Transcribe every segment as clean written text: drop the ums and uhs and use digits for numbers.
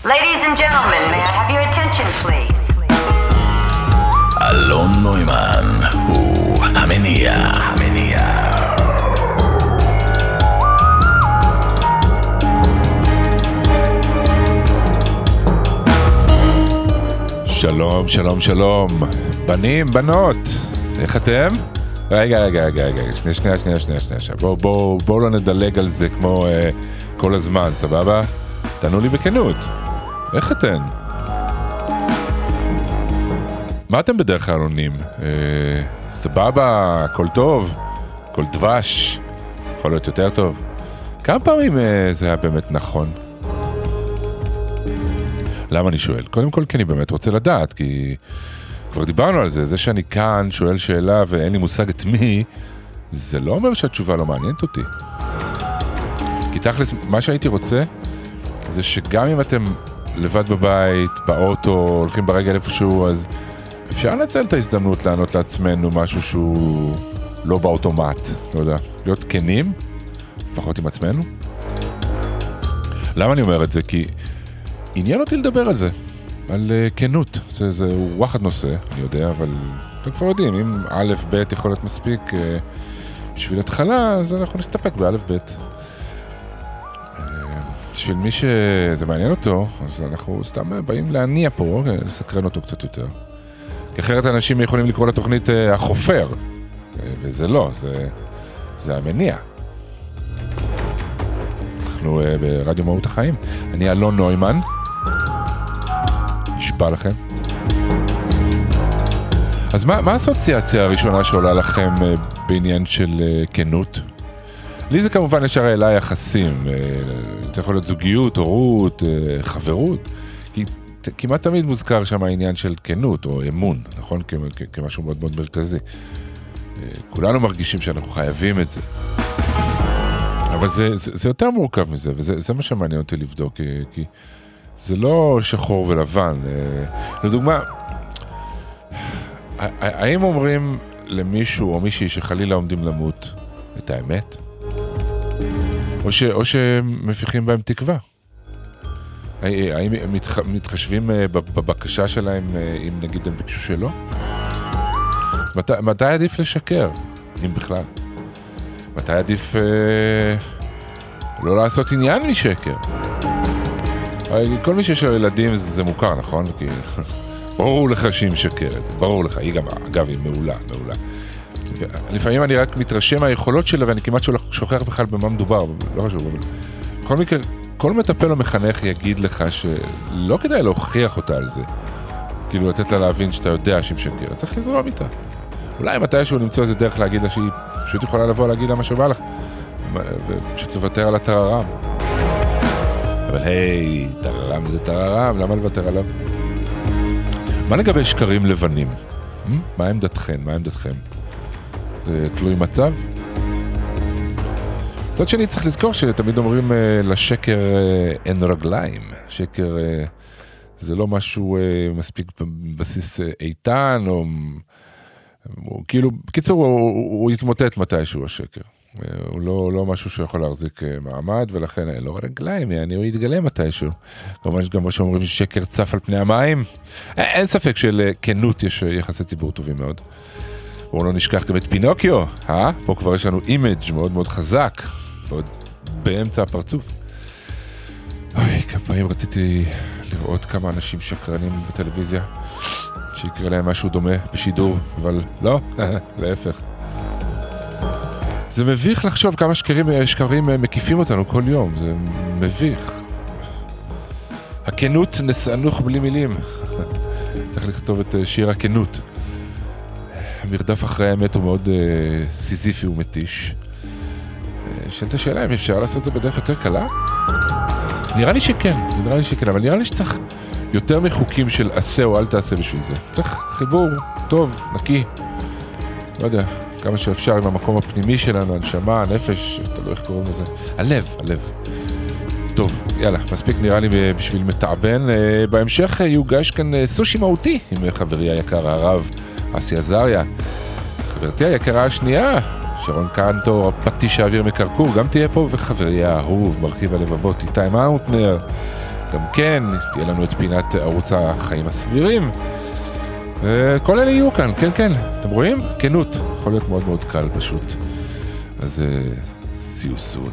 Ladies and gentlemen, may I have your attention, please? אלון נוימן הוא המניע. שלום, שלום, שלום. בנים, בנות, איך אתם? רגע, שנייה. בואו לא נדלג על זה כמו כל הזמן, סבבה? תענו לי בכנות. איך אתן? מה אתם בדרך כלל עונים? סבבה, הכל טוב, הכל דבש, יכול להיות יותר טוב. כמה פעמים זה היה באמת נכון? למה אני שואל? קודם כל כי אני באמת רוצה לדעת, כי כבר דיברנו על זה, זה שאני כאן שואל שאלה ואין לי מושג את מי, זה לא אומר שהתשובה לא מעניינת אותי. כי תכלס, מה שהייתי רוצה, זה שגם אם אתם לבד בבית, באוטו, הולכים ברגל איפשהו, אז אפשר לנצל את ההזדמנות לענות לעצמנו משהו שהוא לא באוטומט, לא יודע, להיות כנים, לפחות עם עצמנו. למה אני אומר את זה? כי עניין אותי לדבר על זה, על כנות. זה וואחד נושא, אני יודע, אבל אתם כבר יודעים, אם א' ב' יכול להיות מספיק בשביל התחלה, אז אנחנו נסתפק בא' ב'. בשביל מי שזה מעניין אותו, אז אנחנו סתם באים להניע פה, לסקרן אותו קצת יותר. כי אחרת אנשים יכולים לקרוא לתוכנית החופר, וזה לא, זה המניע. אנחנו ברדיו מהות החיים. אני אלון נוימן, נשבע לכם. אז מה האסוציאציה הראשונה שעולה לכם בעניין של כנות? לי זה כמובן ישר אליי יחסים, זה יכול להיות זוגיות, הורות, חברות, כי כמעט תמיד מוזכר שם העניין של כנות או אמון, נכון? כמשהו מאוד מאוד מרכזי. כולנו מרגישים שאנחנו חייבים את זה. אבל זה יותר מורכב מזה, וזה מה שמעניין אותי לבדוק, כי זה לא שחור ולבן. לדוגמה, האם אומרים למישהו או מישהי שחלילה עומדים למות את האמת? או שמפיחים בהם תקווה? האם הם מתחשבים בבקשה שלהם אם נגיד הם ביקשו שלא? מתי עדיף לשקר, אם בכלל? מתי עדיף לא לעשות עניין משקר? כל מי שיש לו ילדים זה מוכר, נכון? כי ברור לך שהיא משקרת, ברור לך, היא גם, אגב, היא מעולה. לפעמים אני רק מתרשם מהיכולות שלה ואני כמעט שוכח בכלל במה מדובר, לא חשוב, אבל בכל מקרה, כל מטפל או מחנך יגיד לך שלא כדאי להוכיח אותה על זה, כאילו לתת לה להבין שאתה יודע שהיא משקרת, צריך לזרום איתה. אולי מתישהו למצוא איזה דרך להגיד לה שהיא פשוט יכולה לבוא להגיד לה מה שבא לך, ופשוט לוותר על הטררם. אבל היי, טררם זה טררם, למה לוותר עליו? מה לגבי שקרים לבנים? מה עמדתכם? זה תלוי מצב? זאת שאני צריך לזכור שתמיד אומרים לשקר אין רגליים. שקר זה לא משהו מספיק בסיס איתן, או כאילו, בקיצור, הוא יתמוטט מתישהו השקר. הוא לא משהו שיכול להחזיק מעמד, ולכן לא רגליים, הוא יתגלה מתישהו. כמובן גם מה שאומרים ששקר צף על פני המים. אין ספק שלכנות יש יחסי ציבור טובים מאוד. בואו לא נשכח גם את פינוקיו, פה כבר יש לנו אימג' מאוד מאוד חזק, ועוד באמצע הפרצוף. אוי, כמה פעמים רציתי לראות כמה אנשים שקרנים בטלוויזיה, שיקרה להם משהו דומה בשידור, אבל לא, להפך. זה מביך לחשוב כמה שקרים מקיפים אותנו כל יום, זה מביך. הכנות נסענוך בלי מילים. צריך לכתוב את שיר הכנות. המרדף אחרי האמת הוא מאוד סיזיפי ומתיש. שאלת השאלה אם אפשר לעשות את זה בדרך יותר קלה? נראה לי שכן, אבל נראה לי שצריך יותר מחוקים של עשה או אל תעשה בשביל זה. צריך חיבור טוב, נקי, לא יודע, כמה שאפשר עם המקום הפנימי שלנו, הנשמה, הנפש, אתה לא איך קוראים לזה, הלב. טוב, יאללה, מספיק נראה לי בשביל מתעבן. בהמשך יוגש כאן סושי מהותי עם חברי היקר הרב אסי עזריה. חברתי היקרה השנייה, שרון קנטור, הפטיש האוויר מקרקור, גם תהיה פה, וחברי האהוב, מרחיב הלבבות, איתי מאוטנר, גם כן, תהיה לנו את פינת ערוץ החיים הסבירים. כל אלה יהיו כאן, כן, כן, אתם רואים? כנות, יכול להיות מאוד מאוד קל פשוט. אז see you soon.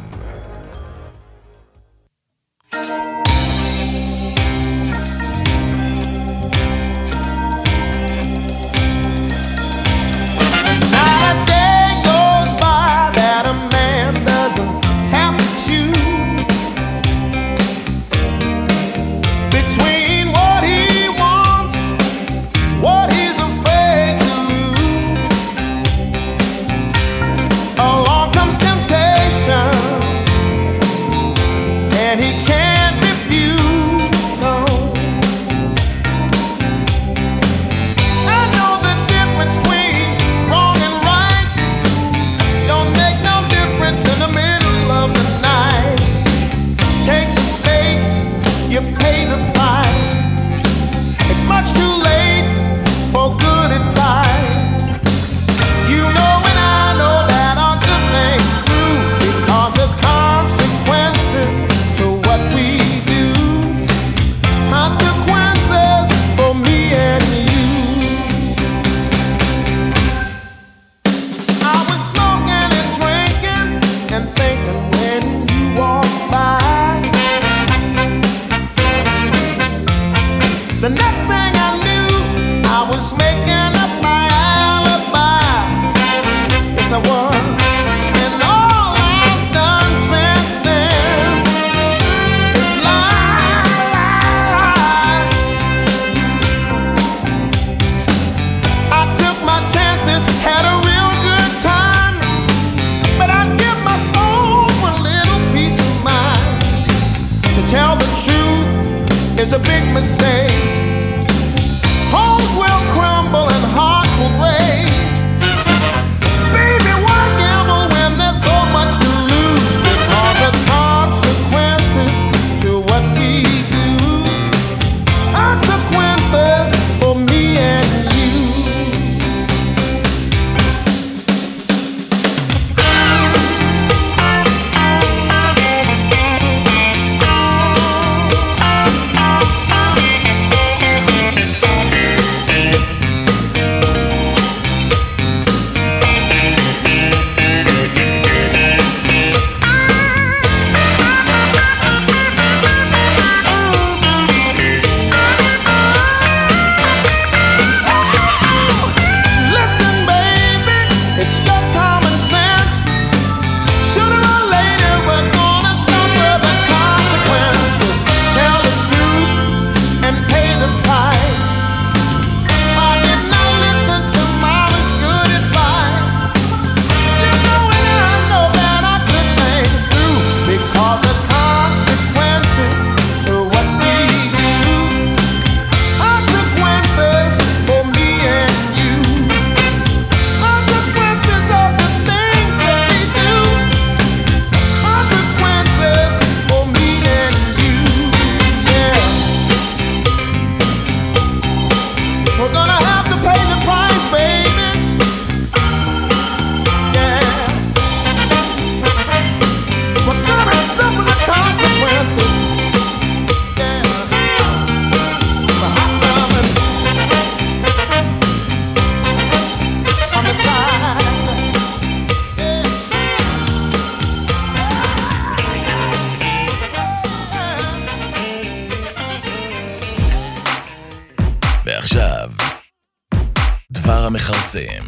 ועכשיו, דבר המכרסם.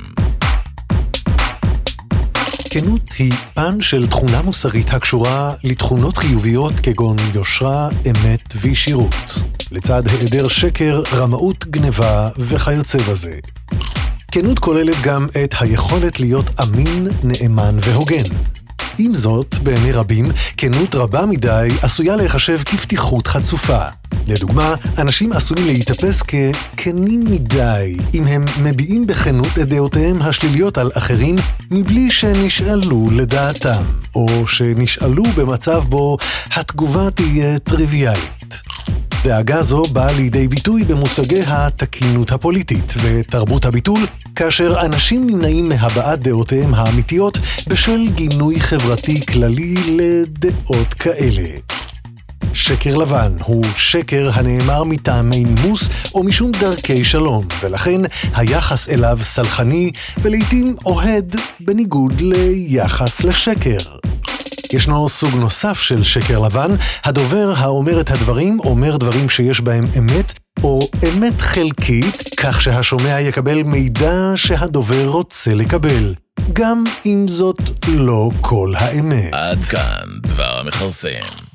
כנות היא פן של תכונה מוסרית הקשורה לתכונות חיוביות כגון יושרה, אמת וישירות, לצד היעדר שקר, רמאות, גניבה וכיוצא בזה. כנות כוללת גם את היכולת להיות אמין, נאמן והוגן. עם זאת, בעיני רבים, כנות רבה מדי עשויה להיחשב כפתיחות חצופה. לדוגמה, אנשים עשויים להתאפס ככנים מדי, אם הם מביעים בכנות את דעותיהם השליליות על אחרים, מבלי שנשאלו לדעתם, או שנשאלו במצב בו התגובה תהיה טריוויאלית. דאגה זו באה לידי ביטוי במושגי התקינות הפוליטית ותרבות הביטול, כאשר אנשים נמנעים מהבעת דעותיהם האמיתיות בשל גינוי חברתי כללי לדעות כאלה. שקר לבן הוא שקר הנאמר מטעמי נימוס או משום דרכי שלום, ולכן היחס אליו סלחני ולעיתים אוהד בניגוד ליחס לשקר. ישנו סוג נוסף של שקר לבן, הדובר האומר את הדברים אומר דברים שיש בהם אמת, או אמת חלקית, כך שהשומע יקבל מידע שהדובר רוצה לקבל. גם אם זאת לא כל האמת. עד כאן דבר המכרסם.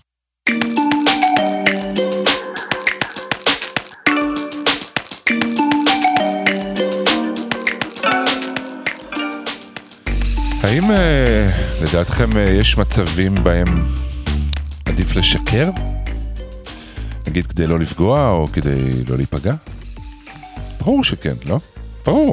האם לדעתכם יש מצבים בהם עדיף לשקר? נגיד כדי לא לפגוע או כדי לא להיפגע? ברור שכן, לא? ברור.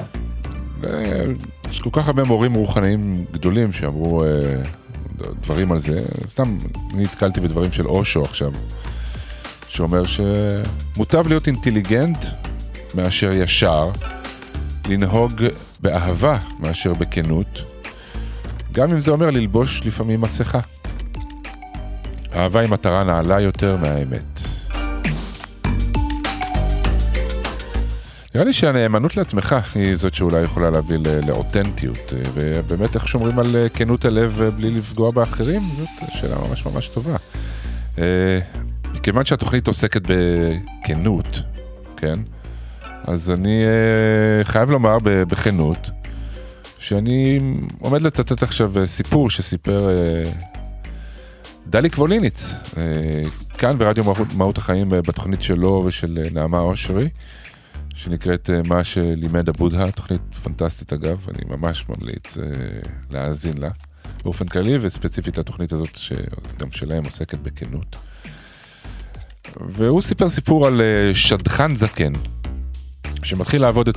יש כל כך הרבה מורים רוחניים גדולים שאמרו דברים על זה. סתם אני התקלתי בדברים של אושו עכשיו, שאומר שמוטב להיות אינטליגנט מאשר ישר, לנהוג באהבה מאשר בכנות, גם אם זה אומר ללבוש לפעמים מסכה. אהבה היא מטרה נעלה יותר מהאמת. נראה לי שהנאמנות לעצמך היא זאת שאולי יכולה להביא לאותנטיות, ובאמת איך שומרים על כנות הלב בלי לפגוע באחרים, זאת שאלה ממש ממש טובה. כיוון שהתוכנית עוסקת בכנות, כן? אז אני חייב לומר בכנות, שאני עומד לצטט עכשיו סיפור שסיפר דלי קבוליניץ, כאן ברדיו מהות החיים בתוכנית שלו ושל נעמה אושרי, שנקראת מה שלימד הבודה, תוכנית פנטסטית אגב, אני ממש ממליץ להאזין לה, באופן כללי וספציפית לתוכנית הזאת שגם שלהם עוסקת בכנות. והוא סיפר סיפור על שדכן זקן, שמתחיל לעבוד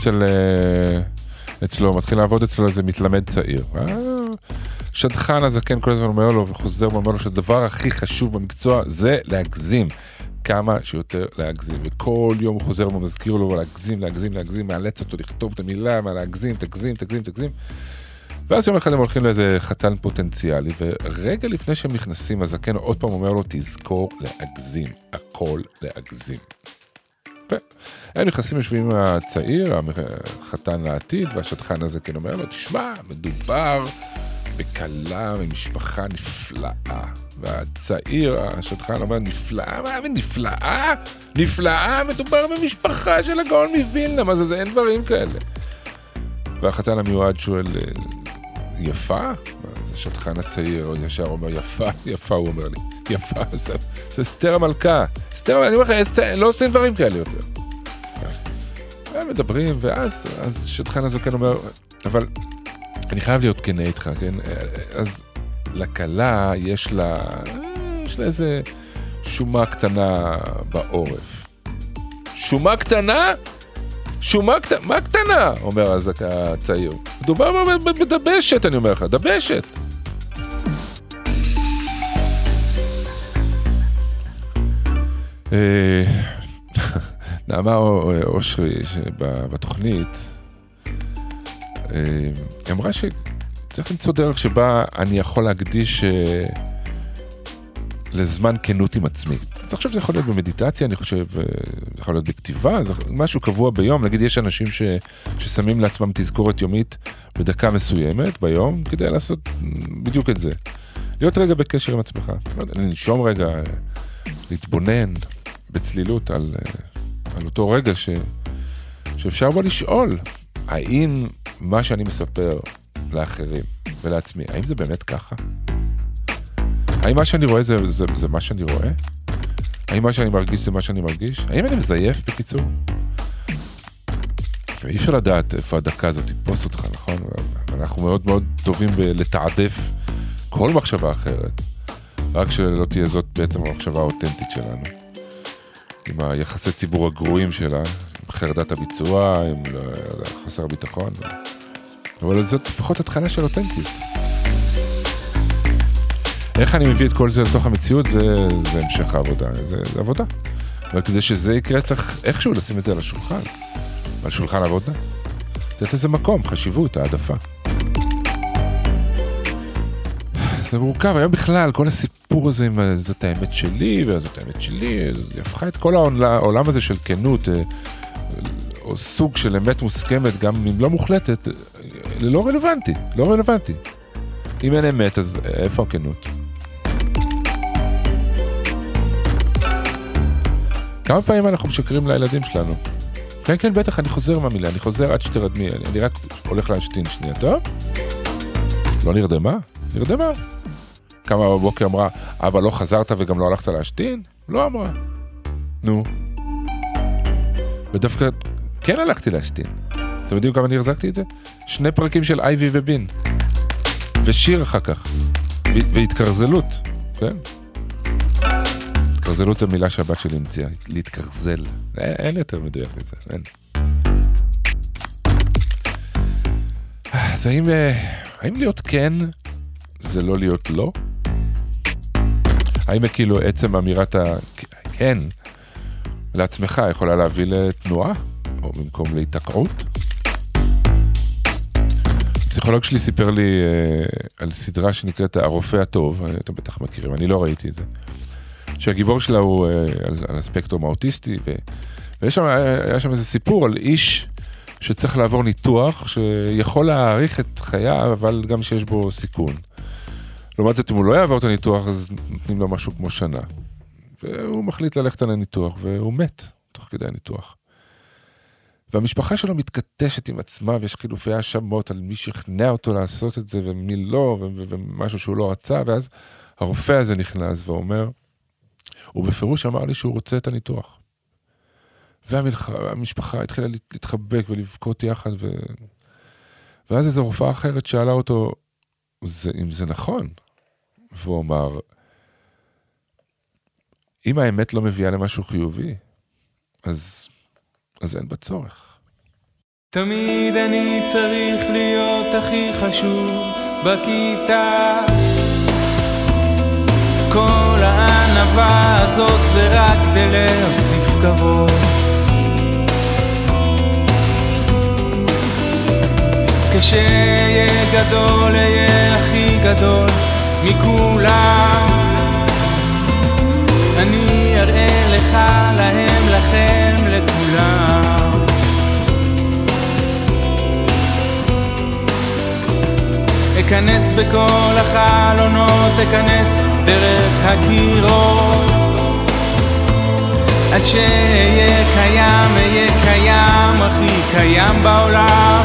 אצלו איזה מתלמד צעיר. שדכן הזקן כל הזמן אומר לו וחוזר ואומר לו שהדבר הכי חשוב במקצוע זה להגזים. כמה שיותר להגזים. וכל יום הוא חוזר ומזכיר לו להגזים, מאלץ אותו לכתוב את המילה, להגזים, תגזים. ואז יום אחד הם הולכים לאיזה חתן פוטנציאלי, ורגע לפני שהם נכנסים, הזקן עוד פעם אומר לו, תזכור להגזים, הכל להגזים. הם נכנסים יושבים עם הצעיר, החתן לעתיד, והשדכן הזה כן אומר לו, תשמע, מדובר בקלה ממשפחה נפלאה. והצעיר, השדכן אומר, נפלאה? מה? נפלאה? נפלאה? מדובר במשפחה של הגאון מווילנה, מה זה? אין דברים כאלה. והחתן המיועד שואל, יפה? זה שדכן הצעיר, ישר אומר, יפה, הוא אומר לי. יפה, זה אסתר המלכה. אסתר, אני אומר לך, לא עושים דברים כאלה יותר. הם מדברים, ואז שדכן הזה כן אומר, אבל אני חייב להיות כנה איתך, כן? אז לקלה יש לה איזה שומה קטנה בעורף. שומה קטנה? מה קטנה? אומר אז הצעיר. מדובר בדבשת, אני אומר לך, דבשת. נעמה אושרי בתוכנית אמרה שצריך למצוא דרך שבה אני יכול להקדיש לזמן כנות עם עצמי. אז עכשיו זה יכול להיות במדיטציה, אני חושב, זה יכול להיות בכתיבה, זה משהו קבוע ביום. נגיד יש אנשים ששמים לעצמם תזכורת יומית בדקה מסוימת ביום, כדי לעשות בדיוק את זה. להיות רגע בקשר עם עצמך. לנשום רגע, להתבונן בצלילות על אותו רגע שאפשר בו לשאול, האם מה שאני מספר לאחרים ולעצמי, האם זה באמת ככה? האם מה שאני רואה זה מה שאני רואה? האם מה שאני מרגיש זה מה שאני מרגיש? האם אני מזייף בקיצור? אי אפשר לדעת איפה הדקה הזאת תתפוס אותך, נכון? אנחנו מאוד מאוד טובים לתעדף כל מחשבה אחרת, רק שלא תהיה זאת בעצם המחשבה האותנטית שלנו. עם היחסי ציבור הגרועים שלה, עם חרדת הביצוע, עם חסר ביטחון. אבל זאת לפחות התחלה של אותנטיות. איך אני מביא את כל זה לתוך המציאות, זה המשך העבודה, זה עבודה. אבל כדי שזה יקרה צריך איכשהו לשים את זה על השולחן, על שולחן העבודה. לתת איזה מקום, חשיבות, העדפה. זה מורכב, היום בכלל, כל הסיפור הזה עם זאת האמת שלי, וזאת האמת שלי, זה הפכה את כל העולם הזה של כנות, או סוג של אמת מוסכמת, גם אם לא מוחלטת, לא רלוונטי, לא רלוונטי. אם אין אמת, אז איפה הכנות? כמה פעמים אנחנו משקרים לילדים שלנו? כן, כן, בטח, אני חוזר מהמילה, אני חוזר עד שתרדמי, אני רק הולך להשתין שנייה, טוב? לא נרדמה? נרדמה. כמה בבוקר אמרה, אבא לא חזרת וגם לא הלכת להשתין? לא אמרה. נו. ודווקא כן הלכתי להשתין. אתם יודעים כמה אני החזקתי את זה? 2 פרקים של אייבי ובין. ושיר אחר כך. והתקרזלות. כן? התקרזלות זה מילה שהבת שלי המציאה. להתקרזל. אין יותר מדויק לזה. אין. אז האם להיות כן זה לא להיות לא? האם כאילו עצם אמירת כן לעצמך יכולה להביא לתנועה? או במקום להתקעות? פסיכולוג שלי סיפר לי על סדרה שנקראת הרופא הטוב, אתם בטח מכירים, אני לא ראיתי את זה, שהגיבור שלה הוא על הספקטרום האוטיסטי, והיה שם איזה סיפור על איש שצריך לעבור ניתוח, שיכול להאריך את חייו, אבל גם שיש בו סיכון. לעומת זאת, אם הוא לא יעבור את הניתוח, אז נותנים לו משהו כמו שנה. והוא מחליט ללכת על הניתוח, והוא מת תוך כדי הניתוח. והמשפחה שלו מתכתשת עם עצמה, ויש חילופי האשמות על מי שכנע אותו לעשות את זה, ומי לא, ומשהו שהוא לא רצה, ואז הרופא הזה נכנס ואומר, הוא בפירוש אמר לי שהוא רוצה את הניתוח. והמשפחה התחילה להתחבק ולבכות יחד, ואז איזו רופאה אחרת שאלה אותו, אם זה נכון? והוא אמר, אם האמת לא מביאה למשהו חיובי, אז אין בצורך. תמיד אני צריך להיות הכי חשוב בכיתה. כל הענווה הזאת זה רק כדי להוסיף כבוד. כשיהיה גדול, יהיה הכי גדול מכולם. אני אראה לך, להם, לכם, לכולם. אכנס בכל החלונות, אכנס דרך הקירות, עד שיהיה קיים, יהיה קיים, הכי קיים בעולם.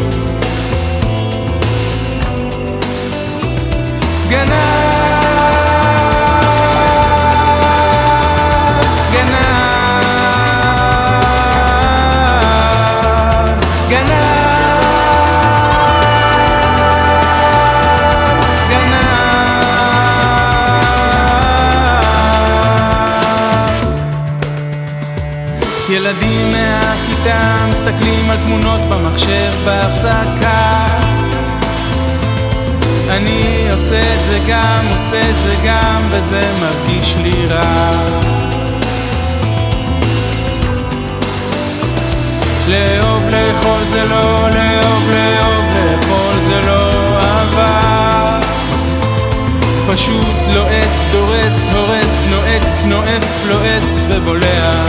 ילדים מהכיתה מסתכלים על תמונות במחשב בהפסקה. אני עושה את זה גם, עושה את זה גם, וזה מרגיש לי רע. לאהוב לאכול זה לא, לאהוב לאכול זה לא אהבה. פשוט לועס, דורס, הורס, נועץ, נועף, לועס ובולע.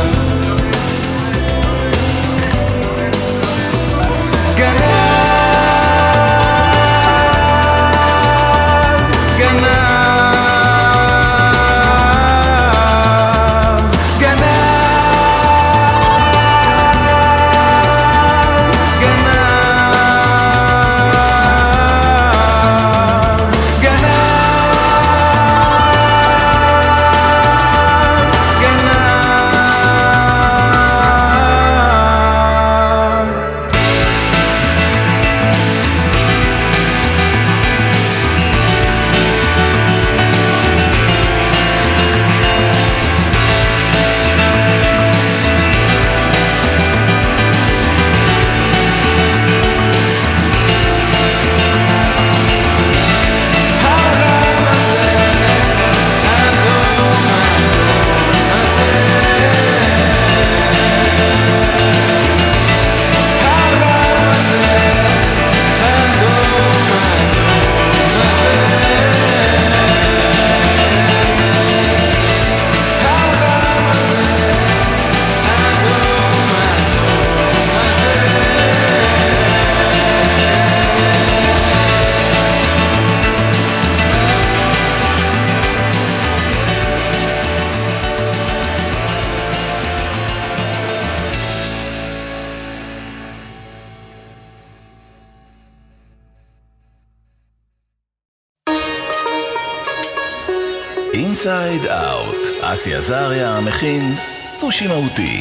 אינסייד אאוט. אסי עזריה מכין סושי מהותי.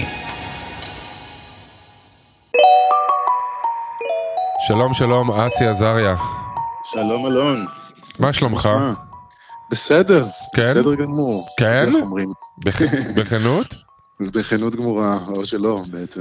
שלום שלום, אסי עזריה. שלום אלון. מה שלומך? בסדר, כן? בסדר גמור. כן? איך אומרים? בכנות? בכנות גמורה, או שלא בעצם.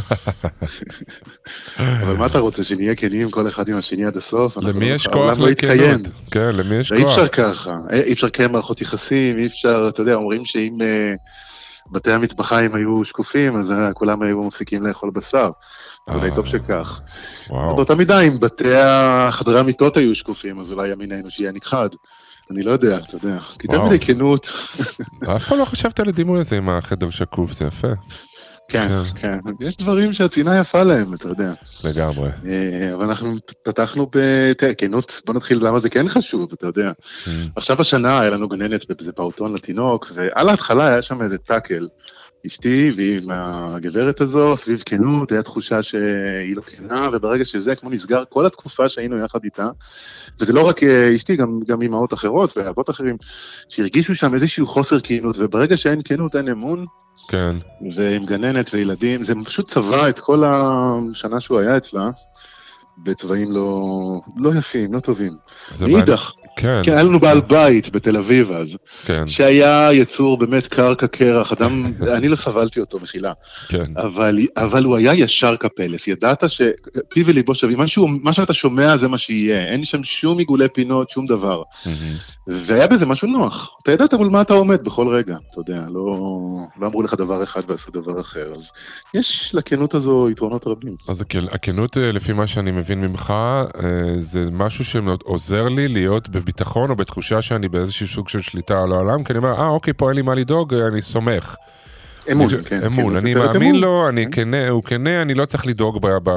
אבל מה אתה רוצה, שנהיה כנים כל אחד עם השני עד הסוף? למי יש כוח לכנות? כן, למי יש כוח? אי אפשר ככה, אי אפשר לקיים מערכות יחסים, אי אפשר, אתה יודע, אומרים שאם בתי המטבחיים היו שקופים, אז כולם היו מפסיקים לאכול בשר. אבל טוב שכך. באותה מידה, אם חדרי המיטות היו שקופים, אז אולי המין האנושי היה נכחד. אני לא יודע, אתה יודע. כי תמיד כנות. אף פעם לא חשבת על הדימוי הזה עם החדר שקוף, זה יפה. כן, כן. יש דברים שהצינה יפה להם, אתה יודע. לגמרי. אבל אנחנו פתחנו בכנות, בוא נתחיל למה זה כן חשוב, אתה יודע. עכשיו השנה היה לנו גננת באיזה פעוטון לתינוק, ועל ההתחלה היה שם איזה טאקל. אשתי ועם הגברת הזו, סביב כנות, היה תחושה שהיא לא כנה, וברגע שזה כמו נסגר כל התקופה שהיינו יחד איתה, וזה לא רק אשתי, גם אמהות אחרות ואבות אחרים, שהרגישו שם איזשהו חוסר כנות, וברגע שאין כנות אין אמון, כן. ועם גננת וילדים, זה פשוט צבע את כל השנה שהוא היה אצלה, בצבעים לא יפים, לא טובים. מאידך. כן. כן, היה לנו בעל בית בתל אביב אז, כן. שהיה יצור באמת קרקע קרח, אדם, אני לא סבלתי אותו מחילה, כן. אבל הוא היה ישר כפלס, ידעת שפי וליבו שווים, מה שאתה שומע זה מה שיהיה, אין שם שום עיגולי פינות, שום דבר, והיה בזה משהו נוח, אתה ידעת מול מה אתה עומד בכל רגע, אתה יודע, לא אמרו לך דבר אחד ועשו דבר אחר, אז יש לכנות הזו יתרונות רבים. אז הכנות, לפי מה שאני מבין ממך, זה משהו שעוזר לי להיות בביטחון או בתחושה שאני באיזשהו סוג של שליטה על העולם, כי אני אומר, אוקיי, פה אין לי מה לדאוג, אני סומך. אמון, כן. אמון, אני מאמין לו, הוא כנה, אני לא צריך לדאוג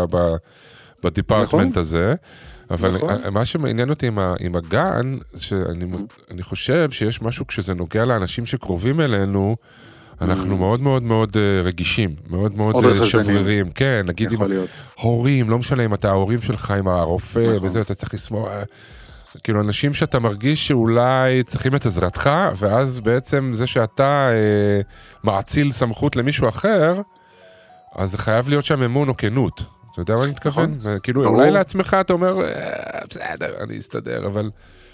בדיפרטמנט הזה, אבל מה שמעניין אותי עם הגן, שאני חושב שיש משהו כשזה נוגע לאנשים שקרובים אלינו, אנחנו מאוד מאוד מאוד רגישים, מאוד מאוד שברירים, כן, נגיד עם הורים, לא משנה אם אתה ההורים שלך, עם הרופא וזה, אתה צריך לשמוע, כאילו אנשים שאתה מרגיש שאולי צריכים את עזרתך, ואז בעצם זה שאתה מעציל סמכות למישהו אחר, אז זה חייב להיות שם אמון או כנות, אתה יודע מה אני מתכוון? כאילו אולי לעצמך אתה אומר, בסדר, אני אסתדר, אבל...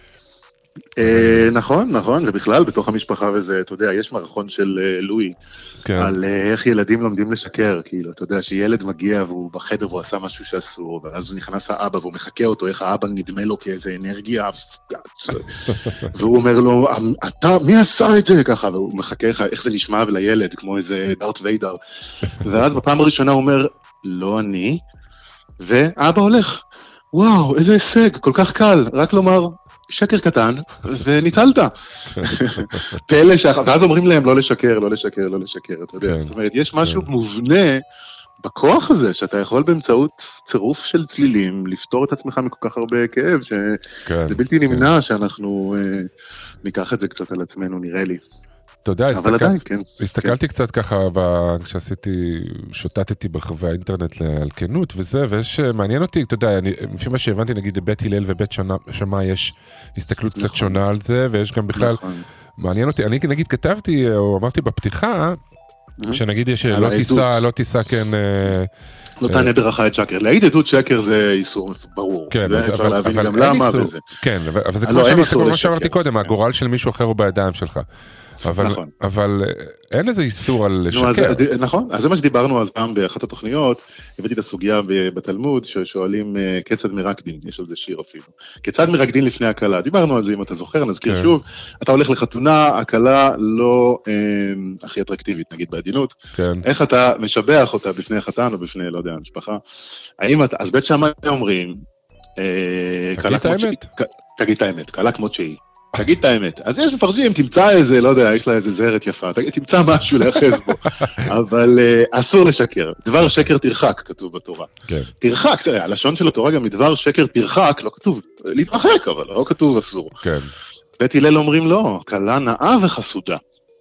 נכון, ובכלל בתוך המשפחה וזה, אתה יודע, יש מערכון של לואי, על איך ילדים לומדים לשקר, כאילו, אתה יודע, שילד מגיע והוא בחדר והוא עשה משהו שאסור, ואז נכנס האבא והוא מחכה אותו, איך האבא נדמה לו כאיזה אנרגיה, והוא אומר לו, מי עשה את זה? ככה, והוא מחכה איך זה נשמע לילד, כמו איזה דארט ויידר, ואז בפעם הראשונה הוא אומר, לא אני, ואבא הולך, וואו, איזה הישג, כל כך קל, רק לומר, שקר קטן, וניצלת. פלא ואז אומרים להם לא לשקר, אתה יודע. זאת אומרת, יש משהו מובנה בכוח הזה, שאתה יכול באמצעות צירוף של צלילים, לפתור את עצמך מכל כך הרבה כאב, שזה בלתי נמנע שאנחנו ניקח את זה קצת על עצמנו, נראה לי. אתה יודע, הסתכלתי כן. קצת ככה, שוטטתי ברחבי האינטרנט על כנות וזה, מעניין אותי, אתה יודע, לפי מה שהבנתי, נגיד, בית הלל ובית שמאי יש הסתכלות קצת שונה על זה, ויש גם בכלל, מעניין אותי, אני נגיד כתבתי, או אמרתי בפתיחה, שנגיד לא טיסה, כן... לא תענה ברכה את שקר. להעיד עדות שקר זה איסור ברור. כן, אפשר להבין גם למה וזה. כן, אבל זה כמו שאמרתי קודם, הגורל של מישהו אחר הוא בידיים שלך. אבל אין איזה איסור על לשקר. נכון, אז זה מה שדיברנו אז פעם באחת התוכניות, הבאתי את הסוגיה בתלמוד, ששואלים כיצד מרקדין, יש על זה שיר אפילו, כיצד מרקדין לפני הקלה, דיברנו על זה אם אתה זוכר, נזכיר שוב, אתה הולך לחתונה, הקלה לא הכי אטרקטיבית, נגיד בעדינות, איך אתה משבח אותה בפני החתן או בפני, לא יודע, המשפחה, אז בית שמאי אומרים, תגיד את האמת, קלה כמות שהיא, תגיד את האמת. אז יש מפרשים, תמצא איזה, לא יודע, יש לה איזה זרת יפה, תמצא משהו להחז בו. אבל אסור לשקר. דבר שקר תרחק, כתוב בתורה. תרחק, הלשון של התורה גם מדבר שקר תרחק, לא כתוב להתרחק, אבל לא כתוב אסור. בית הלל אומרים לא, קלה נאה וחסודה.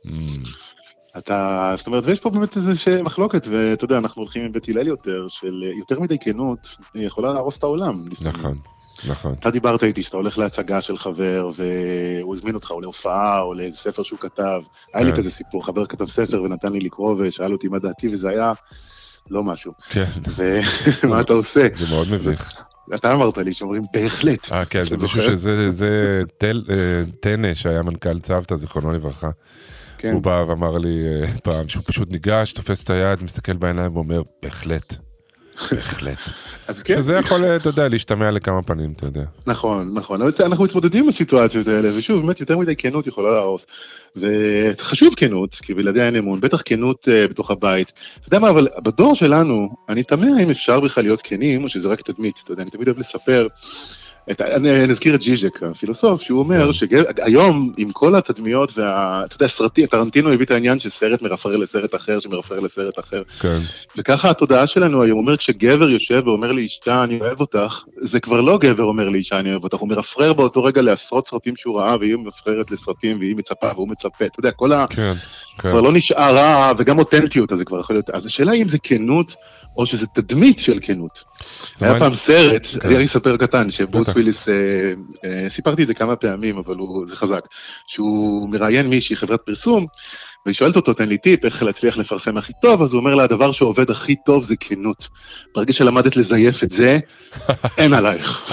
זאת אומרת, ויש פה באמת איזושהי מחלוקת, ואתה יודע, אנחנו הולכים עם בית הלל יותר, של יותר מדי כנות, יכולה להרוס את העולם. נכון. נכון. אתה דיברת איתי שאתה הולך להצגה של חבר, והוא הזמין אותך או להופעה, או לאיזה ספר שהוא כתב. היה לי כזה סיפור, חבר כתב ספר ונתן לי לקרוא, ושאל אותי מה דעתי, וזה היה לא משהו. כן. ומה אתה עושה? זה מאוד מביך. אתה אמרת לי שאומרים בהחלט. כן, זה מישהו שזה טנא שהיה מנכ"ל צוותא, זיכרונו לברכה. הוא בא ואמר לי פעם שהוא פשוט ניגש, תופס את היד, מסתכל בעיניים ואומר, בהחלט. בהחלט. שזה יכול, אתה יודע, להשתמע לכמה פנים, אתה יודע. נכון, נכון. אנחנו מתמודדים עם הסיטואציות האלה, ושוב, באמת, יותר מדי כנות יכולה להרוס. וחשוב כנות, כי בלעדי אין אמון, בטח כנות בתוך הבית. אתה יודע מה, אבל בדור שלנו, אני תמה אם אפשר בכלל להיות כנים, או שזה רק תדמית. אתה יודע, אני תמיד אוהב לספר, נזכיר את ז'יז'ק, הפילוסוף, שהוא אומר שהיום, עם כל התדמיות אתה יודע, סרטי, טרנטינו הביא את העניין שסרט מרפרר לסרט אחר, שמרפרר לסרט אחר. וככה התודעה שלנו היום, אומר, כשגבר יושב ואומר לאישה, אני אוהב אותך, זה כבר לא גבר אומר לאישה, אני אוהב אותך, הוא מרפרר באותו רגע לעשרות סרטים שהוא ראה, והיא מרפררת לסרטים, והיא מצפה, והוא מצפה, אתה יודע, כל כבר לא נשארה, וגם אותנטיות, אז זה כבר יכול להיות. אז השאלה היא אם זה כנות, או שזה תדמית של כנות. היה פעם סרט, אני אספר קטן, שברוס וויליס, סיפרתי את זה כמה פעמים, אבל זה חזק, שהוא מראיין מישהי, חברת פרסום, והיא שואלת אותו, תן לי טיפ, איך להצליח לפרסם הכי טוב, אז הוא אומר לה, הדבר שעובד הכי טוב זה כנות. ברגע שלמדת לזייף את זה, אין עלייך.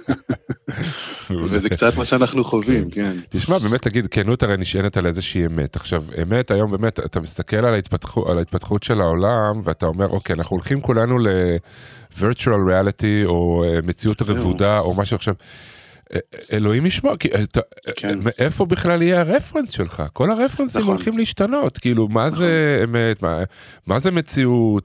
וזה קצת מה שאנחנו חווים, כן. תשמע, באמת תגיד, כנות הרי נשענת על איזושהי אמת. עכשיו, אמת היום באמת, אתה מסתכל על ההתפתחות של העולם, ואתה אומר, אוקיי, אנחנו הולכים כולנו ל-virtual reality, או מציאות רבודה, או משהו עכשיו. אלוהים ישמע, איפה בכלל יהיה הרפרנס שלך? כל הרפרנסים הולכים להשתנות, כאילו, מה זה אמת, מה זה מציאות,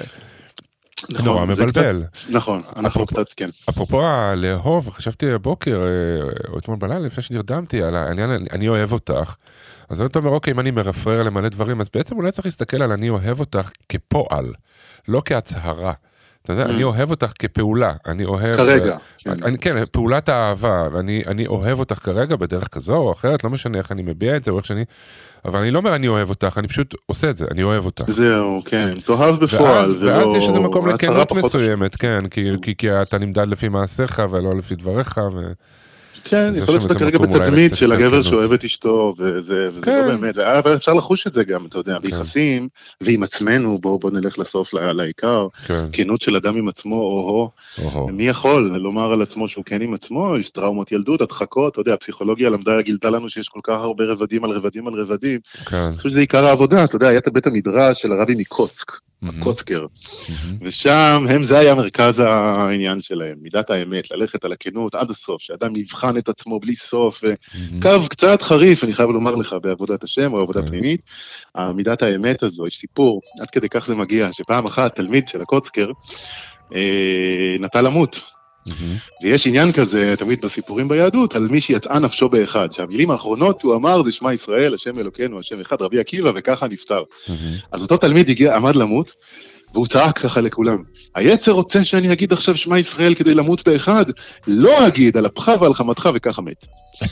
נורא מבלבל. נכון, אנחנו קצת, כן. אפרופו לאהוב, חשבתי הבוקר, או אתמול בלילה, לפני שנרדמתי, על העניין, אני אוהב אותך, אז אתה אומר, אוקיי, אם אני מרפרר למלא דברים, אז בעצם אולי צריך להסתכל על אני אוהב אותך כפועל, לא כהצהרה. אתה יודע, אני אוהב אותך כפעולה, אני אוהב... כרגע. כן, פעולת האהבה, אני אוהב אותך כרגע בדרך כזו או אחרת, לא משנה איך אני מביע את זה או איך שאני... אבל אני לא אומר אני אוהב אותך, אני פשוט עושה את זה, אני אוהב אותך. זהו, כן, תאהב בפועל. ואז יש איזה מקום לכנות מסוימת, כן, כי אתה נמדד לפי מעשיך ולא לפי דבריך, כן, יכול להיות שאתה כרגע בתדמית של הגבר שאוהב את אשתו, וזה לא באמת, אבל אפשר לחוש את זה גם, אתה יודע, ביחסים, ועם עצמנו, בוא נלך לסוף לעיקר, כנות של אדם עם עצמו, או מי יכול לומר על עצמו שהוא כן עם עצמו, יש טראומות ילדות, הדחקות, אתה יודע, הפסיכולוגיה למדה גילתה לנו שיש כל כך הרבה רבדים על רבדים על רבדים, אני חושב שזה עיקר העבודה, אתה יודע, היה את בית המדרש של הרבי מקוצק, הקוצקר, ושם זה היה מרכז העניין שלהם, מידת האמת, ללכת על הכנות עד הסוף, שאדם יבחן את עצמו בלי סוף, קו קצת חריף, אני חייב לומר לך, בעבודת השם או עבודה פנימית, מידת האמת הזו, יש סיפור, עד כדי כך זה מגיע, שפעם אחת תלמיד של הקוצקר, נטה למות, ויש עניין כזה, תמיד בסיפורים ביהדות, על מי שיצאה נפשו באחד, שהמילים האחרונות הוא אמר, זה שמע ישראל, השם אלוקינו, השם אחד, רבי עקיבא, וככה נפטר. אז אותו תלמיד עמד למות, והוא צעק ככה לכולם, היצר רוצה שאני אגיד עכשיו שמע ישראל כדי למות באחד, לא אגיד על אפך ועל חמתך וככה מת.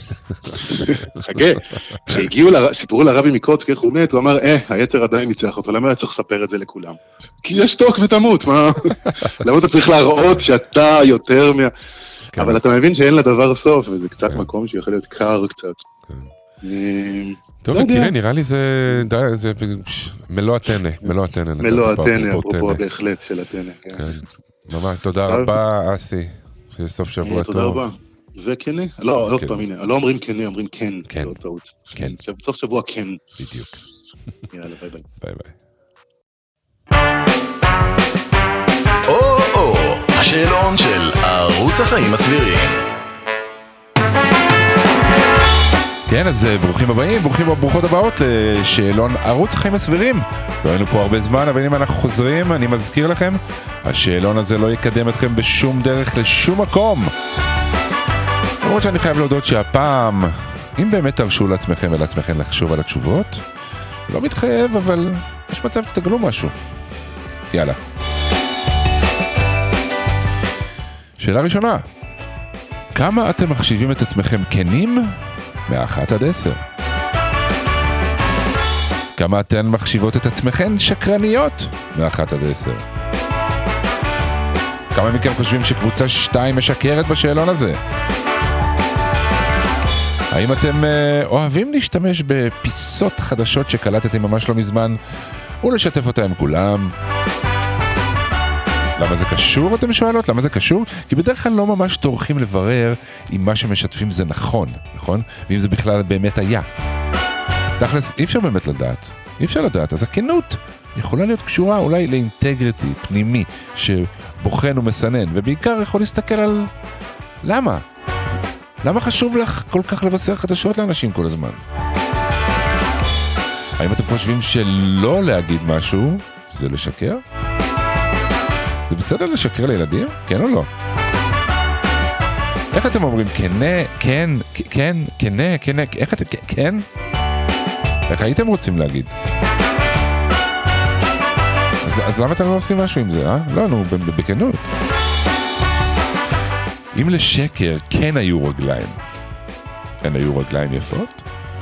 חכה, כשהגיעו סיפורו לרבי מקוצק, איך הוא מת, הוא אמר, היצר עדיין ניצח אותו, למה היה צריך לספר את זה לכולם? כי יש תוק ותמות, מה? למה אתה צריך להראות שאתה יותר אבל אתה מבין שאין לדבר סוף, וזה קצת מקום שיכול להיות קר קצת. טוב, תראה, נראה לי זה מלוא הטנא, מלוא הטנא, אפרופו בהחלט של הטנא. ממש, תודה רבה, אסי, שיהיה סוף שבוע טוב. תודה רבה. וכנה? לא, עוד פעם, הנה, לא אומרים כנה, אומרים כן. כן. כן. סוף שבוע כן. בדיוק. יאללה, ביי ביי. ביי ביי. השאלון של ערוץ החיים הסבירים. כן, אז ברוכים הבאים, ברוכות הבאות לשאלון ערוץ החיים הסבירים. לא היינו פה הרבה זמן, אבל אם אנחנו חוזרים, אני מזכיר לכם, השאלון הזה לא יקדם אתכם בשום דרך לשום מקום. למרות שאני חייב להודות שהפעם, אם באמת תרשו לעצמכם ולעצמכם לחשוב על התשובות, לא מתחייב, אבל יש מצב שתגלו משהו. יאללה. שאלה ראשונה, כמה אתם מחשיבים את עצמכם כנים? מ-1 עד 10. כמה אתן מחשיבות את עצמכן שקרניות? מ-1 עד 10. כמה מכם חושבים שקבוצה 2 משקרת בשאלון הזה? האם אתם אוהבים להשתמש בפיסות חדשות שקלטתם ממש לא מזמן ולשתף אותה עם כולם? למה זה קשור, אתם שואלות? למה זה קשור? כי בדרך כלל לא ממש טורחים לברר אם מה שמשתפים זה נכון? ואם זה בכלל באמת היה. תכלס, אי אפשר באמת לדעת. אי אפשר לדעת. אז הכנות יכולה להיות קשורה אולי לאינטגריטי פנימי שבוחן ומסנן, ובעיקר יכול להסתכל על למה? למה חשוב לך כל כך לבשר חדשות לאנשים כל הזמן? האם אתם חושבים שלא להגיד משהו זה לשקר? זה בסדר לשקר לילדים? כן או לא? איך אתם אומרים כן? איך אתם, כן? איך הייתם רוצים להגיד? אז למה אתם לא עושים משהו עם זה, אה? לא, נו, בכנות. אם לשקר כן היו רגליים, כן היו רגליים יפות?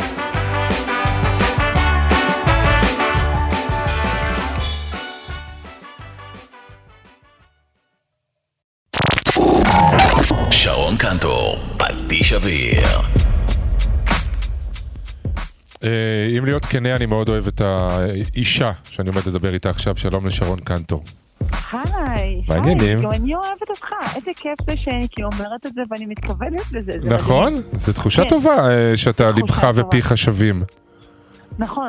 שרון קנטור, פטיש אוויר. אם להיות כנה, אני מאוד אוהב את האישה שאני עומד לדבר איתה עכשיו. שלום לשרון קנטור. היי, מעניינים. אני אוהבת אותך, איזה כיף זה שאני אומרת את זה ואני מתכוונת לזה. נכון, זו תחושה טובה שאתה לבך ופיך שווים. נכון.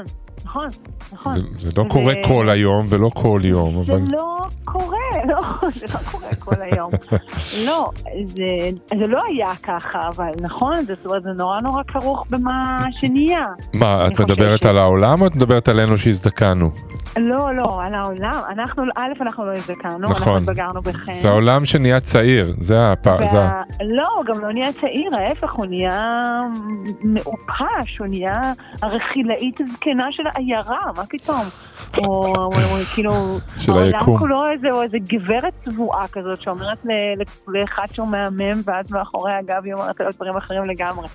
זה לא קורה כל היום ולא כל יום. זה לא קורה, זה לא קורה כל היום. לא, זה לא היה ככה, אבל נכון, זה נורא כרוך במה שנהיה. מה, את מדברת על העולם או את מדברת עלינו שהזדקנו? לא, על העולם. אנחנו לא הזדקנו, אנחנו התבגרנו בחן. זה העולם שנהיה צעיר, זה לא, גם לא נהיה צעיר, ההפך, הוא נהיה מאופש, הוא נהיה הרכילאית הזקנה של העיירה, מה פתאום? או כאילו, העולם כולו איזה גברת צבועה כזאת שאומרת לאחד שהוא מהמם, ואז מאחורי הגב היא אומרת על דברים אחרים לגמרי.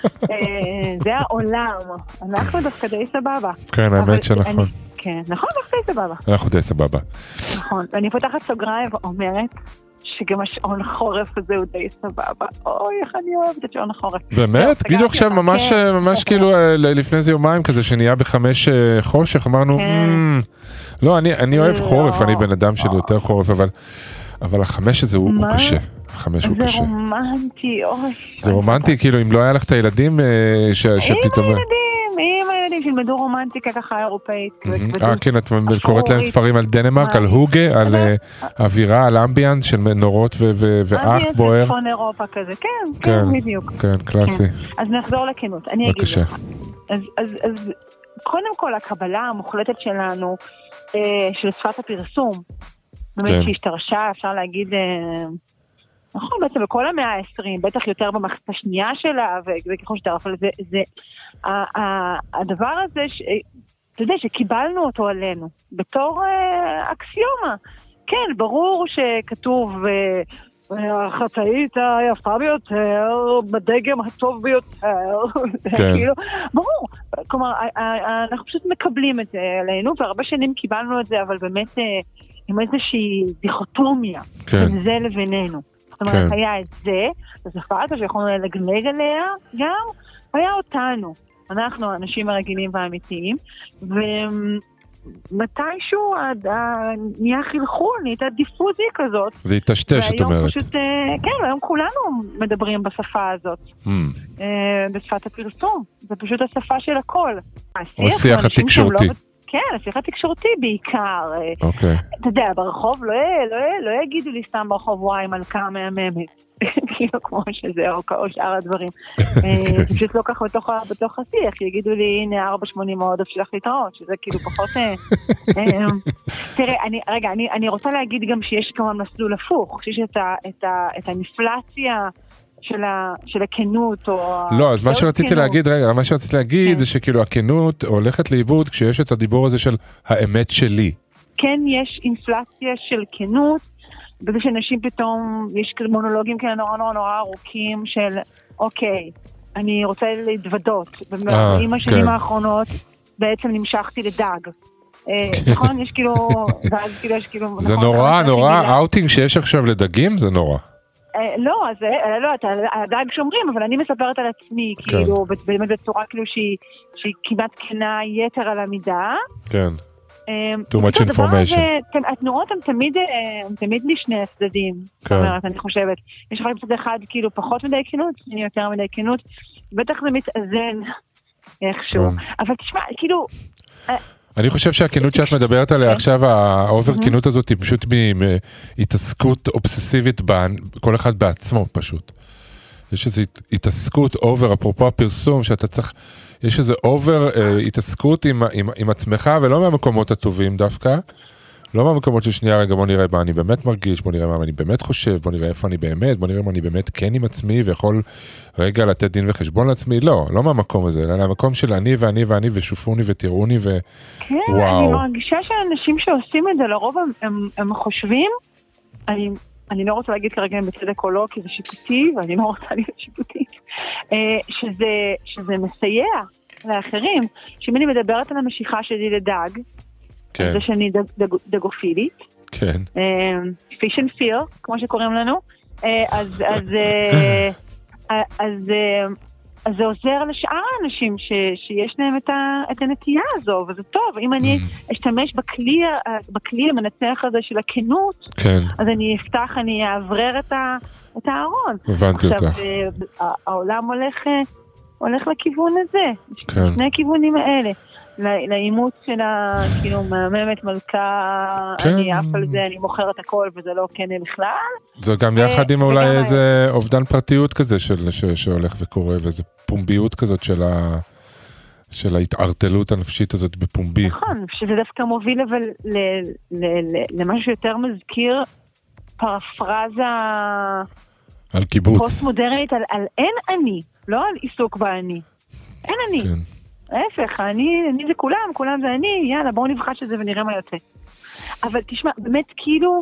זה העולם. אנחנו דווקא די סבבה. כן, האמת שנכון. כן, נכון, דווקא די סבבה. אנחנו די סבבה. נכון, ואני פותחת סוגריים ואומרת שגם השעון החורף הזה הוא די סבבה. אוי, איך אני אוהבת את שעון החורף. באמת? בדיוק עכשיו ממש כאילו לפני זה יומיים כזה שנהיה ב5 חושך, אמרנו, לא, אני אוהב חורף, אני בן אדם שלי יותר חורף, אבל ה5 הזה הוא קשה. ה5 הוא קשה. זה רומנטי, אוי. זה רומנטי, כאילו אם לא היה לך את הילדים שפתאום... עם הילדים שילמדו רומנטיקה ככה אירופאית. כן, את קוראת להם ספרים על דנמרק, על הוגה, על אווירה, על אמביאנס של נורות ואח בוער. אמביאנס צפון אירופה כזה, כן, בדיוק. כן, קלאסי. אז נחזור לכנות, אני אגיד לך. אז קודם כל הקבלה המוחלטת שלנו, של שפת הפרסום, באמת שהשתרשה, אפשר להגיד... נכון, בעצם בכל המאה ה-20, בטח יותר במחצית השנייה שלה, וככל שתערף על זה, הדבר הזה, אתה יודע, שקיבלנו אותו עלינו, בתור אקסיומה. כן, ברור שכתוב, החצאית היפה ביותר, בדגם הטוב ביותר, כאילו, ברור. כלומר, אנחנו פשוט מקבלים את זה עלינו, והרבה שנים קיבלנו את זה, אבל באמת עם איזושהי דיכוטומיה, בין זה לבינינו. זאת אומרת, היה את זה, השפה הזאת שיכולנו לגלג עליה גם, היה אותנו. אנחנו האנשים הרגילים והאמיתיים, ומתישהו נהיה חלחול, נהייתה דיפוזי כזאת. זה התשתש, את אומרת. כן, היום כולנו מדברים בשפה הזאת. בשפת הפרסום. זה פשוט השפה של הכל. השיח התקשורתי. כן, השיח התקשורתי בעיקר. אוקיי. אתה יודע, ברחוב לא יגידו לי סתם ברחוב, וואי, מלכה מהממת. כאילו כמו שזה, או שאר הדברים. זה פשוט לא ככה בתוך השיח. יגידו לי, הנה 4.80 מאוד אפשר להתראות, שזה כאילו פחות... תראה, אני רוצה להגיד גם שיש כמובן מסלול הפוך, שיש את הנפלציה של הכנות או... לא, אז מה שרציתי להגיד, זה שכאילו הכנות הולכת לאיבוד כשיש את הדיבור הזה של האמת שלי. כן, יש אינפלציה של כנות, בזה שאנשים פתאום, יש מונולוגים כאלה נורא ארוכים של, אוקיי, אני רוצה להתוודות. עם השנים האחרונות בעצם נמשכתי לדג. נכון? יש כאילו, ואז כאילו יש כאילו... זה נורא, אאוטינג שיש עכשיו לדגים, זה נורא. לא, אז לא, אתה הדג שומרים, אבל אני מספרת על עצמי, כאילו, באמת בצורה כאילו שהיא כמעט כנה יתר על המידה. כן. too much information. התנועות הן תמיד לשני הצדדים. זאת אומרת, אני חושבת. יש לך מצד אחד כאילו פחות מדי כנות, יותר מדי כנות, בטח זה מתאזן איכשהו. אבל תשמע, כאילו... אני חושב שהכנות שאת מדברת עליה עכשיו, האובר כנות הזאת היא פשוט מהתעסקות אובססיבית כל אחד בעצמו פשוט. יש איזו התעסקות אובר, אפרופו הפרסום, שאתה צריך, יש איזו אובר התעסקות עם עצמך, ולא מהמקומות הטובים דווקא, לא מהמקומות ששנייה רגע, בוא נראה מה אני באמת מרגיש, בוא נראה מה אני באמת חושב, בוא נראה איפה אני באמת, בוא נראה מה אני באמת כן עם עצמי, ויכול רגע לתת דין וחשבון לעצמי, לא מהמקום הזה, אלא מהמקום של אני ואני ואני, ושופוני ותראוני, כן, אני מרגישה שאנשים שעושים את זה, לרוב הם חושבים, אני לא רוצה להגיד כרגע אם בצדק או לא, כי זה שיפוטי, ואני לא רוצה להיות שיפוטית, שזה מסייע לאחרים, שאם אני מדברת על המשיכה שלי לדג, כן. זה שאני דגופילית, כן. fish and feel, כמו שקוראים לנו, אז זה עוזר לשאר האנשים שיש להם את הנטייה הזו, וזה טוב. אם אני אשתמש בכלי המנצח הזה של הכנות, כן. אז אני אעברר את הארון. הבנתי אותך. עכשיו, העולם הולך לכיוון הזה, כן. שני הכיוונים האלה. לאימוץ של כאילו מהממת מלכה, אני אף על זה, אני מוכרת הכל וזה לא כנה בכלל. זה גם יחד עם אולי איזה אובדן פרטיות כזה שהולך וקורה, ואיזה פומביות כזאת של ההתערטלות הנפשית הזאת בפומבי. נכון, שזה דווקא מוביל אבל למשהו שיותר מזכיר פרפרזה על קיבוץ. פוסט מודרנית, על אין אני, לא על עיסוק באני. אין אני. כן. ההפך, אני זה כולם זה אני, יאללה, בואו נבחש את זה ונראה מה יוצא. אבל תשמע, באמת כאילו,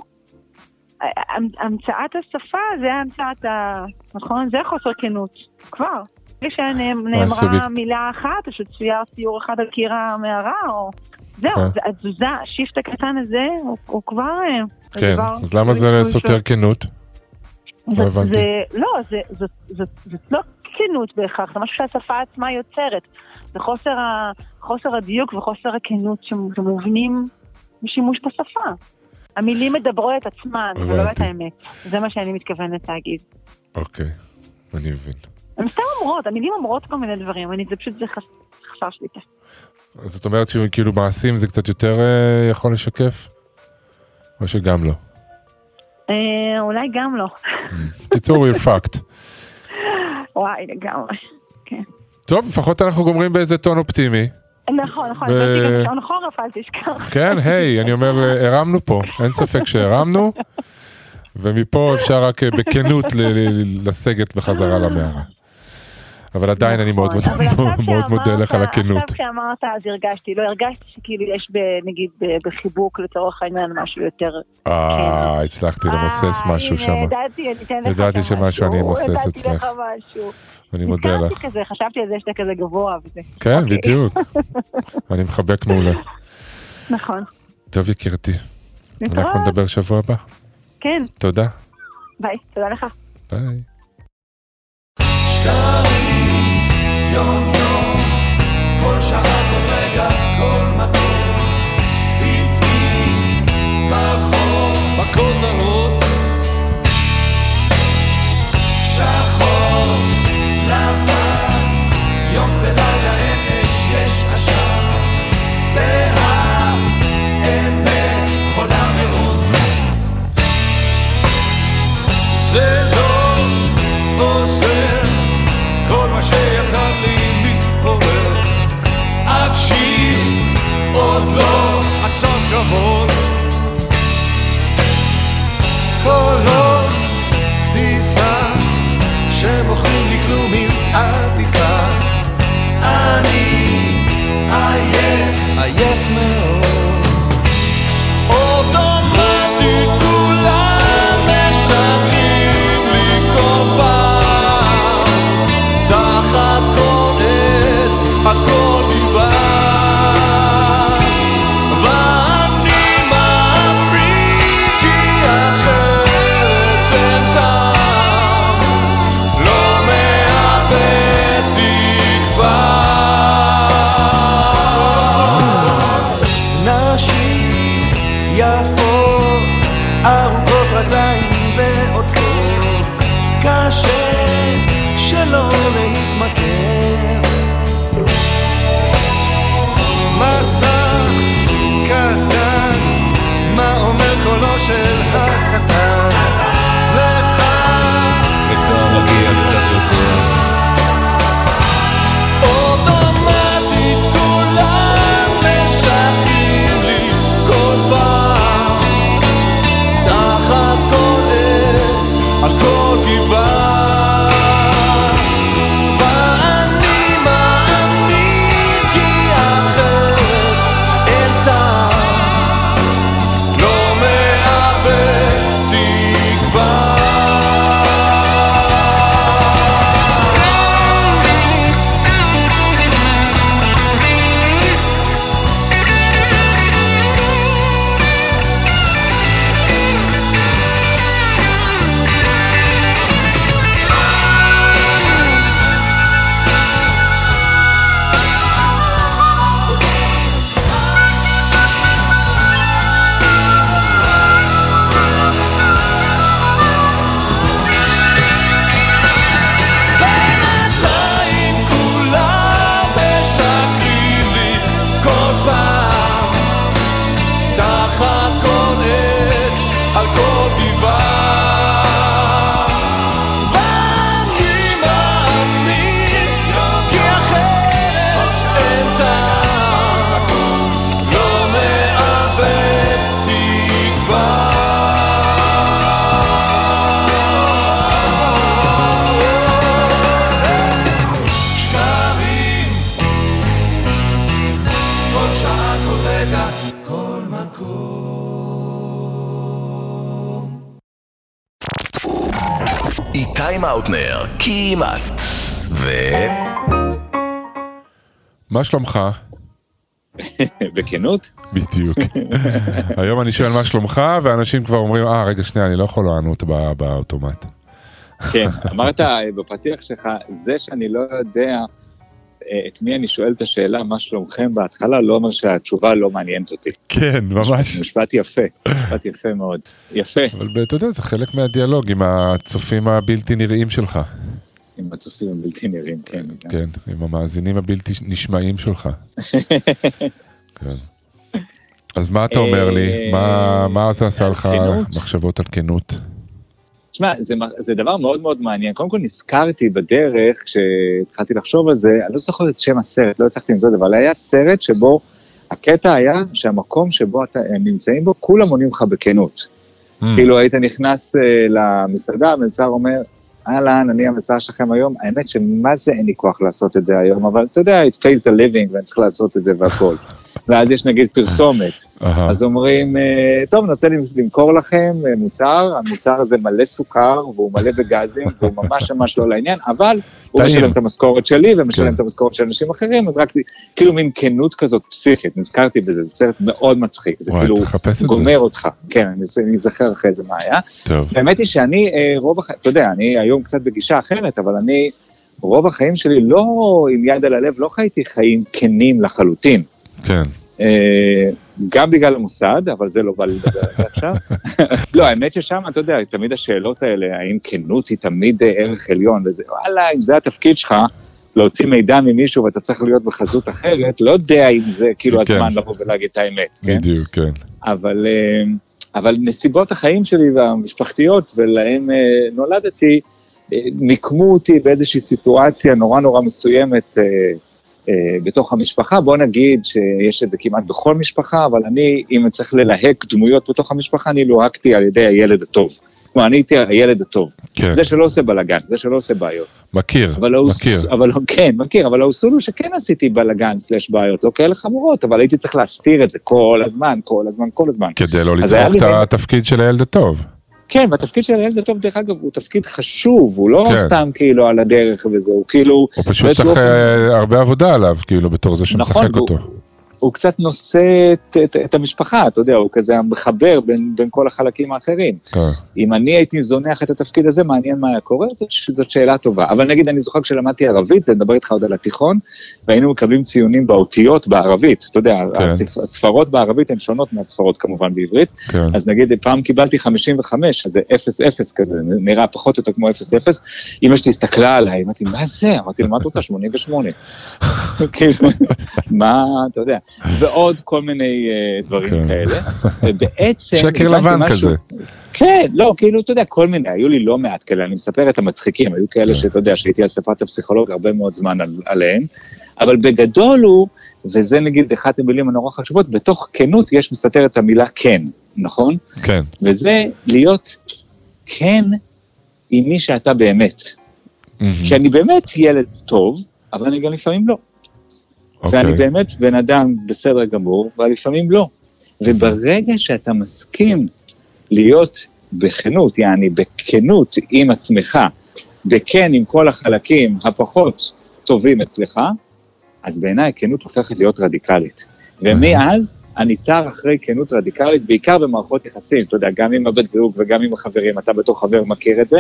המצאת השפה, זה המצאת נכון? זה חוסר כנות, כבר. כשנאמרה מילה אחת, או שצייר ציור אחד על קיר המערה, או... זהו, התזוזה, השיפט הקטן הזה, הוא כבר... כן, אז למה זה סותר כנות? לא הבנתי. לא, זה לא כנות בהכרח, זה משהו שהשפה עצמה יוצרת. זה חוסר הדיוק וחוסר הכנות שמובנים בשימוש בשפה. המילים מדברות את עצמן, ולא את האמת. זה מה שאני מתכוונת להגיד. אוקיי, אני מבין. הן סתם אומרות, המילים אומרות כל מיני דברים, זה פשוט חסר שליטה. אז זאת אומרת שכאילו מעשים זה קצת יותר יכול לשקף? או שגם לא? אולי גם לא. קיצור, we're fucked. וואי, לגמרי, כן. טוב, לפחות אנחנו גומרים באיזה טון אופטימי. נכון, זה גם שעון חורף, אל תשכח. כן, היי, אני אומר, הרמנו פה, אין ספק שהרמנו, ומפה אפשר רק בכנות לסגת בחזרה למערה. אבל עדיין אני מאוד מודה לך על הכנות. עכשיו כשאמרת, אז הרגשתי שכאילו יש נגיד בחיבוק לצורך העניין משהו יותר... הצלחתי למוסס משהו שם. ידעתי שמשהו אני אמוסס אצלך. אני מודה לך. חשבתי על זה שאתה כזה גבוה וזה. כן, בדיוק. אני מחבק מעולה. נכון. טוב יקירתי. אנחנו נדבר שבוע הבא. כן. תודה. ביי, תודה לך. ביי. שקרים, יום יום, כל שעה, כל רגע, כל מקום, בפנים, ברחוב, בכותרות, שחור, לבן, יום זה לילה, אין אש, יש עשן, והאמת חולה מאוד. זה לא עוזר, כל מה שיקר לי מתפורר, אפשי עוד לא עצר קרבות, קולות כתיבה שמוכרים לי כלום עם עדיפה, אני עייף מאוד, אוטומטית כולם משרים לי קופה, תחת כל עץ הכל גבעה, ארוכות רגליים ועוצרות, קשה שלא להתמכר. מסך קטן, מה אומר קולו של השטן? לך מגיע קצת יותר. אוטומטית כולם משקים לי כל פעם, תחת כל עץ, על כל גבעה. איתי מאוטנר, כמעט, מה שלומך? בכנות? בדיוק. היום אני שואל מה שלומך, ואנשים כבר אומרים, רגע שנייה, אני לא יכול לענות באוטומט. כן, אמרת בפתיח שלך, זה שאני לא יודע את מי אני שואל את השאלה, מה שלומכם בהתחלה, לא אומר שהתשובה לא מעניינת אותי. כן, ממש. משפט יפה, משפט יפה מאוד. יפה. אבל אתה יודע, זה חלק מהדיאלוג עם הצופים הבלתי נראים שלך. עם הצופים הבלתי נראים, כן. כן, עם המאזינים הבלתי נשמעים שלך. כן. אז מה אתה אומר לי? מה זה עשה לך מחשבות על כנות? תשמע, זה דבר מאוד מאוד מעניין. קודם כל נזכרתי בדרך, כשהתחלתי לחשוב על זה, אני לא זוכר את שם הסרט, לא הצלחתי למצוא את זה, אבל היה סרט שבו, הקטע היה שהמקום שבו הם נמצאים בו, כולם עונים לך בכנות. כאילו היית נכנס למסעדה, המלצר אומר, אהלן, אני המצר שלכם היום, האמת שמה זה אין לי כוח לעשות את זה היום, אבל אתה יודע, it pays the living, ואני צריך לעשות את זה והכל. ואז יש נגיד פרסומת, אז אומרים, טוב, אני רוצה למכור לכם מוצר, המוצר הזה מלא סוכר, והוא מלא בגזים, והוא ממש ממש לא לעניין, אבל הוא משלם את המשכורת שלי, ומשלם את המשכורת של אנשים אחרים, אז רק כאילו מין כנות כזאת פסיכית, נזכרתי בזה, זה סרט מאוד מצחיק, זה כאילו גומר אותך, כן, אני אזכר אחרי זה מה היה. באמת היא שאני, אתה יודע, אני היום קצת בגישה אחרת, אבל אני, רוב החיים שלי לא, עם יד על הלב, לא חייתי חיים כנים לחלוטין. כן. גם בגלל המוסד, אבל זה לא בא לדבר על זה עכשיו. לא, האמת ששם, אתה יודע, תמיד השאלות האלה, האם כנות היא תמיד ערך עליון, וזה, וואלה, אם זה התפקיד שלך, להוציא מידע ממישהו, ואתה צריך להיות בחזות אחרת, לא יודע אם זה כאילו הזמן לבוא ולהגיד את האמת, כן? בדיוק, כן. אבל נסיבות החיים שלי והמשפחתיות, ולהם נולדתי, מיקמו אותי באיזושהי סיטואציה נורא נורא מסוימת, בתוך המשפחה. בוא נגיד שיש את זה כמעט בכל משפחה, אבל אני, אם צריך ללהק דמויות בתוך המשפחה, אני לוהקתי על ידי הילד הטוב. כלומר, אני הייתי הילד הטוב. כן. זה שלא עושה בלגן, זה שלא עושה בעיות. מכיר. כן, מכיר, אבל האוסול הוא שכן עשיתי בלגן סלש בעיות, לא כאלה חמורות, אבל הייתי צריך להסתיר את זה כל הזמן. כדי לא לצחוק את התפקיד של הילד הטוב. כן, והתפקיד של הילד הטוב, דרך אגב, הוא תפקיד חשוב, הוא לא סתם כאילו על הדרך וזה, הוא כאילו... הוא פשוט צריך הרבה עבודה עליו, כאילו, בתור זה שמשחק אותו. הוא קצת נושא את המשפחה, אתה יודע, הוא כזה מחבר בין כל החלקים האחרים. אם אני הייתי זונח את התפקיד הזה, מעניין מה היה קורה, זאת שאלה טובה. אבל נגיד, אני זוכר כשלמדתי ערבית, זה נדבר איתך עוד על התיכון, והיינו מקבלים ציונים באותיות בערבית, אתה יודע, הספרות בערבית הן שונות מהספרות כמובן בעברית, אז נגיד, פעם קיבלתי 55, אז זה 0-0 כזה, נראה פחות או יותר כמו 0-0, אמא שלי הסתכלה עליי, אמרתי, מה זה? אמרתי, מה את רוצה? 88. כאילו, מה, אתה יודע, ועוד כל מיני דברים כאלה, ובעצם... שקר לבן כזה. כן, לא, כאילו, אתה יודע, כל מיני, היו לי לא מעט כאלה, אני מספר את המצחיקים, היו כאלה שאתה יודע, שהייתי על ספת הפסיכולוג הרבה מאוד זמן עליהם, אבל בגדול הוא, וזה נגיד אחת המילים הנורא חשובות, בתוך כנות יש מסתתר את המילה כן, נכון? כן. וזה להיות כן עם מי שאתה באמת. כי אני באמת ילד טוב, אבל אני גם לפעמים לא. ואני באמת בן אדם בסדר גמור, אבל לפעמים לא. וברגע שאתה מסכים להיות בכנות, יעני בכנות עם עצמך, בכן עם כל החלקים הפחות טובים אצלך, אז בעיניי הכנות הופכת להיות רדיקלית. ומאז אני תר אחרי כנות רדיקלית, בעיקר במערכות יחסים, אתה יודע, גם עם הבת זוג וגם עם החברים, אתה בתור חבר מכיר את זה,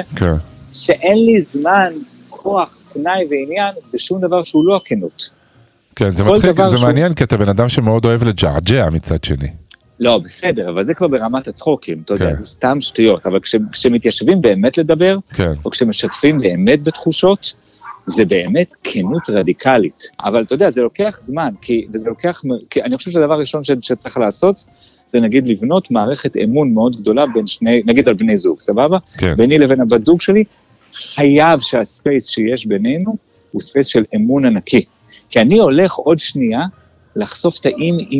שאין לי זמן, כוח, פנאי ועניין בשום דבר שהוא לא הכנות. כן, זה מצחיק, זה מעניין, כי אתה בן אדם שמאוד אוהב לג'עג'ע מצד שני. לא, בסדר, אבל זה כבר ברמת הצחוקים, אתה יודע, זה סתם שטויות, אבל כשמתיישבים באמת לדבר, או כשמשתפים באמת בתחושות, זה באמת כנות רדיקלית. אבל אתה יודע, זה לוקח זמן, כי אני חושב שהדבר הראשון שצריך לעשות, זה נגיד לבנות מערכת אמון מאוד גדולה בין שני, נגיד על בני זוג, סבבה? ביני לבין הבת זוג שלי, חייב שהספייס שיש בינינו, הוא ספייס של אמון ענקי. כי אני הולך עוד שנייה, לחשוף את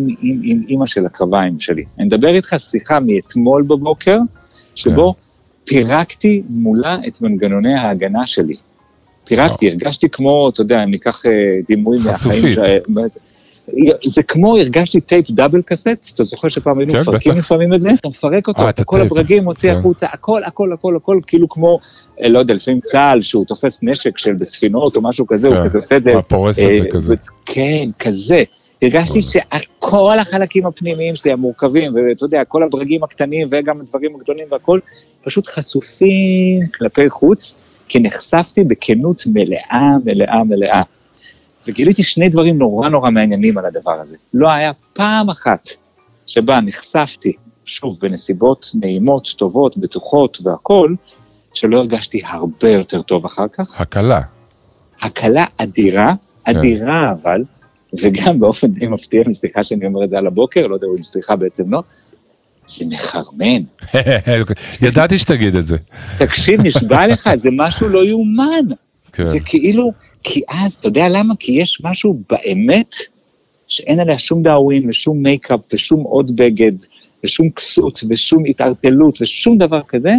עם אמא של הקרביים שלי. אני מדבר איתך שיחה מאתמול בבוקר, שבו פירקתי מולה את מנגנוני ההגנה שלי. פירקתי, הרגשתי כמו, אתה יודע, אני אקח דימוי מהחיים. זה כמו, הרגשתי טייפ דאבל קסט, אתה זוכר שפעם היינו מפרקים לפעמים את זה? אתה מפרק אותו, אתה כל הברגים מוציא החוצה, הכל, כאילו כמו, לא יודע, לפעמים צהל שהוא תופס נשק של בספינות או משהו כזה, הוא כזה עושה את זה. הפורס את זה כזה. כן, כזה. הרגשתי שכל החלקים הפנימיים שלי המורכבים, ואתה יודע, כל הברגים הקטנים וגם הדברים הגדולים והכל, פשוט חשופים כלפי חוץ, כי נחשפתי בכנות מלאה. וגיליתי שני דברים נורא מעניינים על הדבר הזה. לא היה פעם אחת שבה נחשפתי, שוב, בנסיבות נעימות, טובות, בטוחות והכל, שלא הרגשתי הרבה יותר טוב אחר כך. הקלה אדירה אבל, וגם באופן די מפתיע, סליחה שאני אומר את זה על הבוקר, לא יודע, הוא סליחה בעצם לא, זה מחרמן. ידעתי שתגיד את זה. תקשיב, נשבע לך, זה משהו לא יאומן. זה כאילו, כי אז, אתה יודע למה? כי יש משהו באמת, שאין עליה שום דאווין, ושום מייקאפ, ושום עוד בגד, ושום כסות, ושום התערטלות, ושום דבר כזה.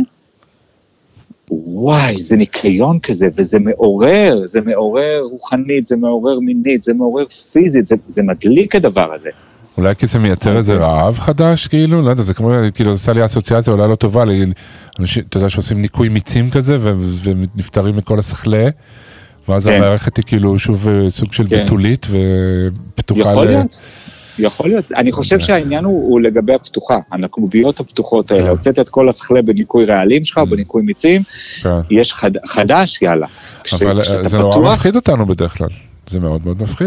וואי, זה ניקיון כזה, וזה מעורר, רוחנית, זה מעורר מינית, זה מעורר פיזית, זה מדליק הדבר הזה. אולי כי זה מייצר איזה רעב חדש, כאילו, לא יודע, זה כמו, כאילו, זה עשה לי אסוציאציה, אולי לא טובה, אנשים, אתה יודע, שעושים ניקוי מיצים כזה, ונפטרים מכל השכלה, ואז המערכת היא כאילו שוב סוג של ביטולית, ופתוחה יכול להיות. אני חושב שהעניין הוא לגבי הפתוחה, הנקוביות הפתוחות האלה, הוצאת את כל השכלה בניקוי רעלים שלך, בניקוי מיצים, יש חדש, יאללה. אבל זה נורא מפחיד אותנו בדרך כלל, זה מאוד מאוד מפחיד.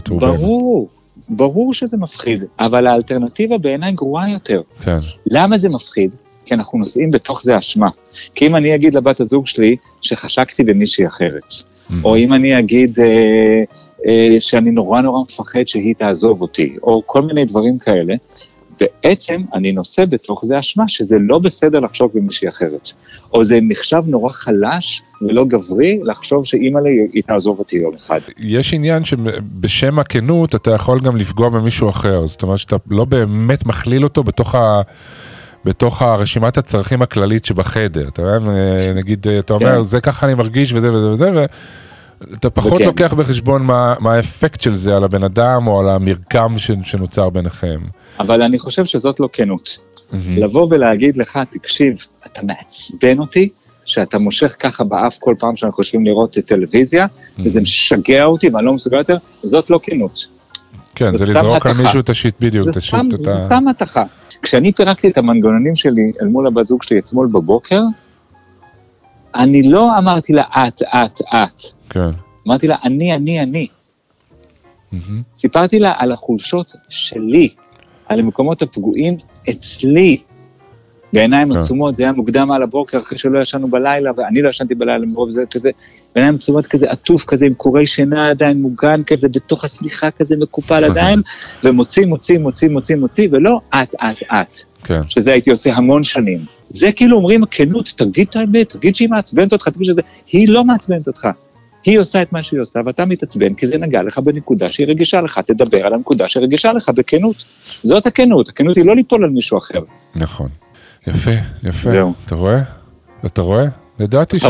ברור שזה מפחיד, אבל האלטרנטיבה בעיניי גרועה יותר. למה זה מפחיד? כי אנחנו נושאים בתוך זה אשמה. כי אם אני אגיד לבת הזוג שלי שחשקתי במישהי אחרת, או אם אני אגיד שאני נורא מפחד שהיא תעזוב אותי, או כל מיני דברים כאלה, בעצם אני נושא בתוך זה אשמה, שזה לא בסדר לחשוב במישהי אחרת. או זה נחשב נורא חלש ולא גברי, לחשוב שאמא לי היא תעזוב אותי יום אחד. יש עניין שבשם הכנות אתה יכול גם לפגוע במישהו אחר, זאת אומרת שאתה לא באמת מכליל אותו בתוך הרשימת הצרכים הכללית שבחדר. אתה יודע, נגיד, אתה אומר, זה ככה אני מרגיש וזה וזה וזה, ואתה פחות לוקח בחשבון מה האפקט של זה על הבן אדם או על המרקם שנוצר ביניכם. אבל אני חושב שזאת לא כנות. לבוא ולהגיד לך, תקשיב, אתה מעצבן אותי, שאתה מושך ככה באף כל פעם שאנחנו חושבים לראות טלוויזיה, וזה משגע אותי ואני לא מסוגל יותר, זאת לא כנות. כן, זה לזרוק על מישהו את השיט בדיוק. זה סתם מתחה. כשאני פירקתי את המנגנונים שלי אל מול הבת זוג שלי אתמול בבוקר, אני לא אמרתי לה את. כן. אמרתי לה אני. סיפרתי לה על החולשות שלי, על המקומות הפגועים אצלי, בעיניים עצומות, זה היה מוקדם על הבוקר, אחרי שלא ישנו בלילה, ואני לא ישנתי בלילה, מרוב זה כזה, בעיניים עצומות כזה, עטוף כזה, עם קורי שינה עדיין מוגן כזה, בתוך הסליחה כזה מקופל עדיין, ומוציא, ולא את. כן. שזה הייתי עושה המון שנים. זה כאילו אומרים, הכנות, תגיד את האמת, תגיד שהיא מעצבנת אותך, תגיד שזה, היא לא מעצבנת אותך. היא עושה את מה שהיא עושה, ואתה מתעצבן, כי זה נגע לך בנקודה שהיא רגישה לך, תדבר על הנקודה שרגישה לך בכנות. זאת הכנות היא לא ליפול על מישהו אחר. נכון. יפה. זהו. אתה רואה? ידעתי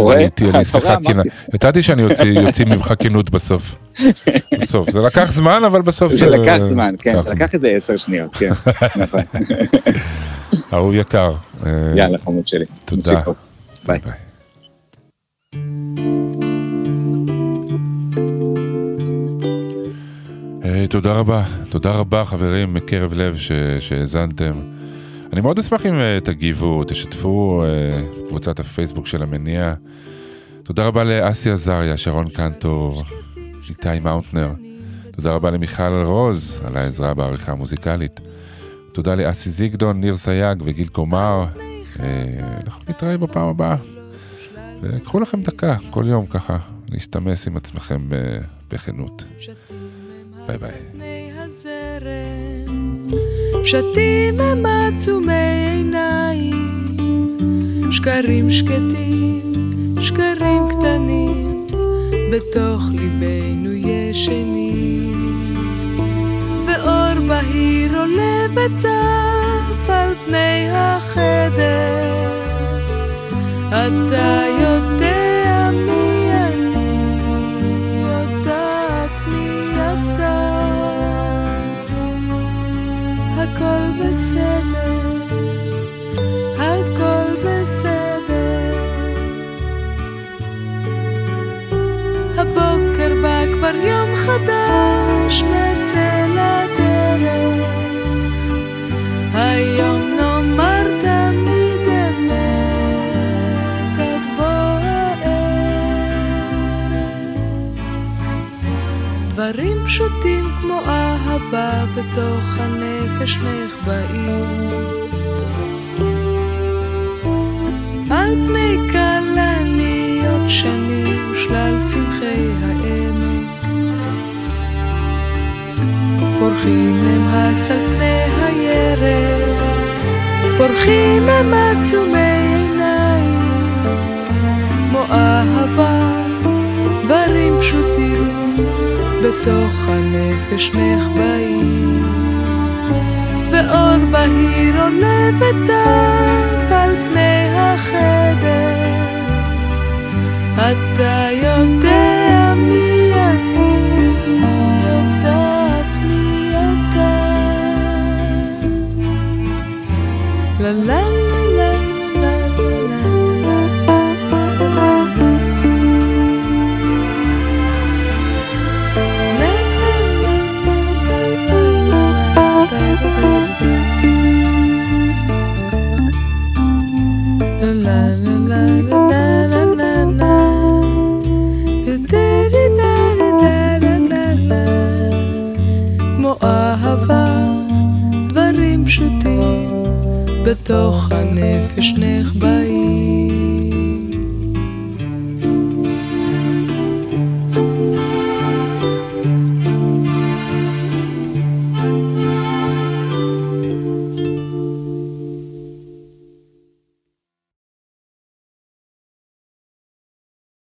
שאני יוציא ממך כנות בסוף. זה לקח זמן, אבל בסוף זה לקח זמן, כן. זה לקח איזה 10 שניות, כן. נכון. אהוב יקר. יאללה, חמוד שלי. תודה. ביי. תודה רבה חברים מקרב לב שהזנתם. אני מאוד אשמח אם תגיבו, תשתפו קבוצת הפייסבוק של המניע. תודה רבה לאסי עזריה, שרון קנטור, איתי מאונטנר. תודה רבה למיכל רוז על העזרה בעריכה המוזיקלית. תודה לאסי זיגדון, ניר סייג וגיל קומר. אנחנו נתראה בפעם הבאה. וקחו לכם דקה, כל יום ככה, להשתמס עם עצמכם בכנות. ביי ביי. שתים הם עצומי עיניים, שקרים שקטים, שקרים קטנים, בתוך ליבנו ישנים. ואור בהיר עולה וצף על פני החדר, אתה יודע מי אני, יודעת מי אתה. הכל בסדר, הכל בסדר. הבוקר בא כבר יום חדש, נצא לדרך. היום נאמר תמיד אמת, עד בוא הערב. דברים פשוטים כמו אהבה בתוך הנפש נחבאים, על פני כלניות שנים ושלל צמחי העמק. פורחים הם הסלפני הירק, פורחים הם עצומי עיניים, כמו אהבה, דברים פשוטים בתוך הנפש נחבאים. ואור בהיר עולה וצף על פני החדר, אתה יודע מי אני, יודעת מי אתה. לה לה לה לה לה כמו אהבה, דברים פשוטים בתוך הנפש נחבאים.